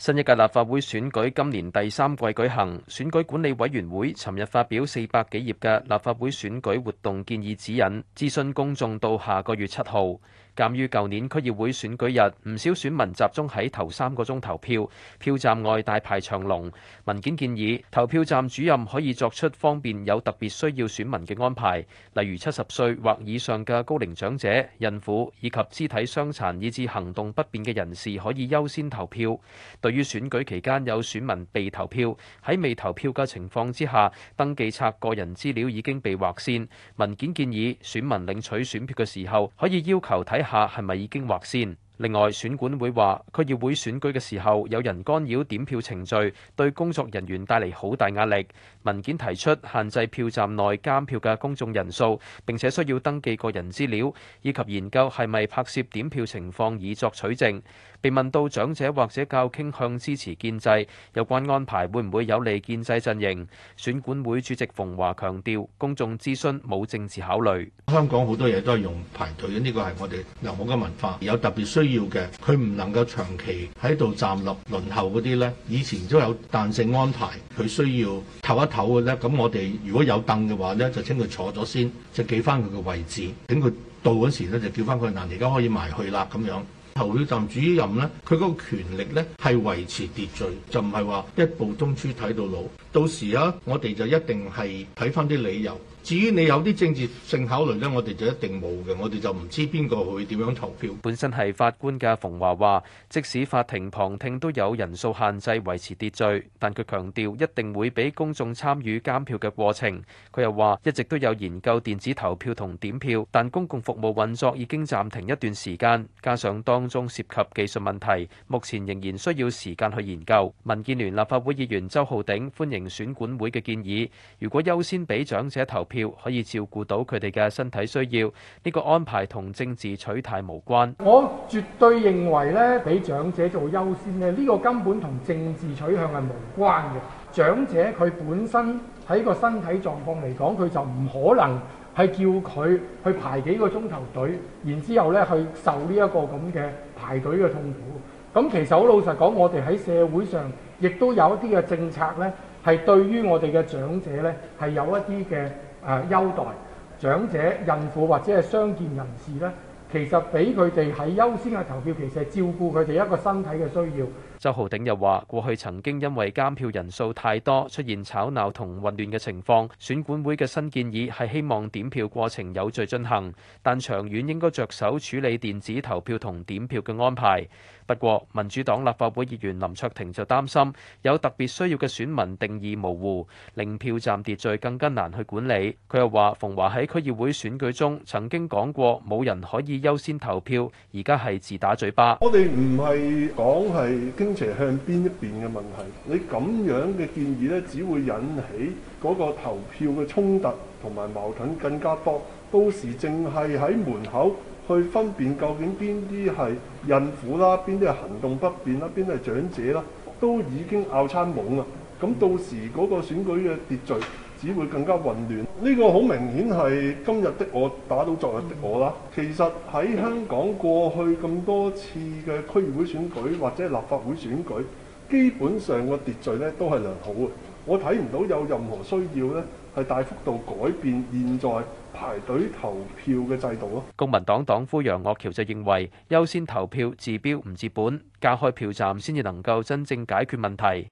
新一屆立法會選舉今年第三季舉行，選舉管理委員會尋日發表400幾頁嘅立法會選舉活動建議指引，諮詢公眾到下個月7號。鑑於舊年區議會選舉日，唔少選民集中喺頭3個鐘投票，票站外大排長龍。文件建議投票站主任可以作出方便有特別需要選民嘅安排，例如70歲或以上嘅高齡長者、孕婦以及肢體傷殘以至行動不便嘅人士可以優先投票。對於選舉期間有選民被投票，喺未投票嘅情況之下，登記冊個人資料已經被劃線。文件建議選民領取選票嘅時候，可以要求睇下係咪已經劃線。另外，選管會話區議會選舉嘅時候有人干擾點票程序，對工作人員帶嚟好大壓力。文件提出限制票站內監票嘅公眾人數，並且需要登記個人資料，以及研究係咪拍攝點票情況以作取證。被問到長者或者較傾向支持建制，有關安排會唔會有利建制陣營？選管會主席馮驊強調，公眾諮詢冇政治考慮。 香港好多嘢都係用排隊，呢個係我哋良好嘅文化。有特別需要嘅，佢唔能夠長期喺度站立輪候嗰啲呢，以前都有彈性安排。佢需要唞一唞嘅呢，咁我哋如果有凳嘅話呢，就請佢坐咗先，就記翻佢嘅位置。等佢到嗰時呢，就叫翻佢嗱，而家可以埋去啦咁樣。投票站主任呢，佢嗰個權力呢係維持秩序，就唔係話一步東豬睇到老。到時啊，我哋就一定係睇翻啲理由。至於你有啲政治性考慮呢，我哋就一定冇嘅，我哋就唔知邊個會點樣投票。 本身係法官嘅馮驊話，即使法庭旁聽都有人數限制維持秩序，但佢強調一定會俾公眾參與監票嘅過程。佢又話一直都有研究電子投票同點票，但公共服務運作已經暫停一段時間，加上當中涉及技術問題，目前仍然需要時間去研究。民建聯立法會議員周浩鼎歡迎選管會嘅建議，如果優先俾長者投票，可以照顧到佢哋嘅身體需要，呢個安排同政治取態無關。 我絕對認為咧，俾長者做優先咧，呢個根本同政治取向係無關嘅。長者佢本身喺個身體狀況嚟講，佢就唔可能係叫佢去排幾個鐘頭隊，然之後咧去受呢一個咁嘅排隊嘅痛苦。咁其實好老實講，我哋喺社會上亦都有一啲嘅政策咧，係對於我哋嘅長者咧係有一啲嘅優待。長者、孕婦或者係傷健人士咧，其實俾佢哋喺優先嘅投票，其實係照顧佢哋一個身體嘅需要。 周浩鼎又話：過去曾經因為監票人數太多，出現吵鬧同混亂嘅情況。選管會嘅新建議係希望點票過程有序進行，但長遠應該着手處理電子投票同點票嘅安排。不過，民主黨立法會議員林卓廷就擔心有特別需要嘅選民定義模糊，令票站秩序更加難去管理。佢又話：馮驊喺區議會選舉中曾經講過冇人可以優先投票，而家係自打嘴巴。 我哋唔係講係傾斜向邊一邊嘅問題，你咁樣嘅建議呢，只會引起嗰個投票嘅衝突同埋矛盾更加多。到時淨係喺門口去分辨究竟邊啲係孕婦啦，邊啲係行動不便啦，邊啲係長者啦，都已經拗餐懵啦。咁到時嗰個選舉嘅秩序只會更加混亂。呢個好明顯係今日的我打倒昨日的我啦。其實喺香港過去咁多次嘅區議會選舉或者立法會選舉，基本上個秩序咧都係良好嘅。我睇唔到有任何需要咧係大幅度改變現在排隊投票嘅制度咯。 公民黨黨魁楊岳橋就認為，優先投票治標唔治本，加開票站先至能夠真正解決問題。